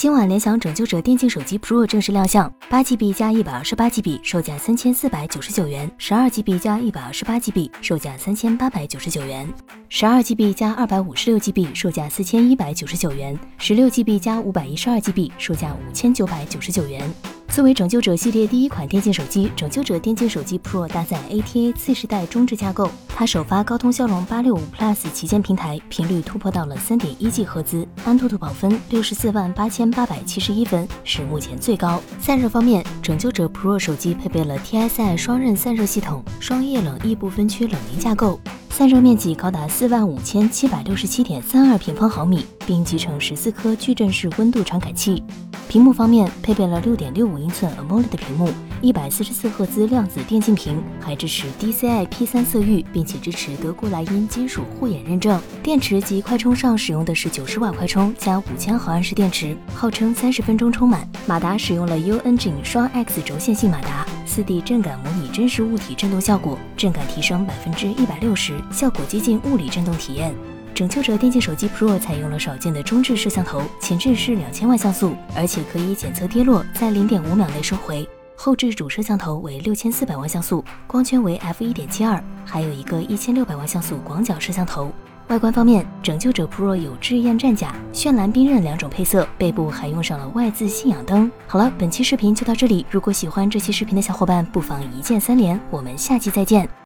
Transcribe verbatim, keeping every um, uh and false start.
今晚联想拯救者电竞手机 Pro 正式亮相， 八 G B 加 一百二十八 G B 售价三千四百九十九元， 十二 G B 加 一百二十八 G B 售价三千八百九十九元， 十二 G B 加 二百五十六 G B 售价四千一百九十九元， 十六 G B 加 五百一十二 G B 售价五千九百九十九元。作为拯救者系列第一款电竞手机，拯救者电竞手机 Pro 搭载 A T A 次世代中置架构，它首发高通骁龙八六五 Plus 旗舰平台，频率突破到了 三点一 G 赫兹，安兔兔跑分六十四万八千八百七十一分，是目前最高。散热方面，拯救者 Pro 手机配备了 T S I 双刃散热系统，双液冷异步分区冷凝架构，散热面积高达四万五千七百六十七点三二平方毫米，并集成十四颗矩阵式温度传感器。屏幕方面，配备了 六点六五英寸 AMOLED 的屏幕，一百四十四赫兹量子电竞屏，还支持 D C I P 三 色域，并且支持德国莱茵金属护眼认证。电池及快充上使用的是九十瓦快充加五千毫安时电池，号称三十分钟充满。马达使用了 U Engine 双 X 轴线性马达， 四 D 震感模拟真实物体震动效果，震感提升百分之一百六十，效果接近物理震动体验。拯救者电竞手机 Pro 采用了少见的中置摄像头，前置是两千万像素，而且可以检测跌落，在 零点五秒内收回。后置主摄像头为六千四百万像素，光圈为 F 一点七二， 还有一个一千六百万像素广角摄像头。外观方面，拯救者 Pro 有雉焰战甲、绚蓝冰刃两种配色，背部还用上了 Y 字信仰灯。好了，本期视频就到这里，如果喜欢这期视频的小伙伴，不妨一键三连，我们下期再见。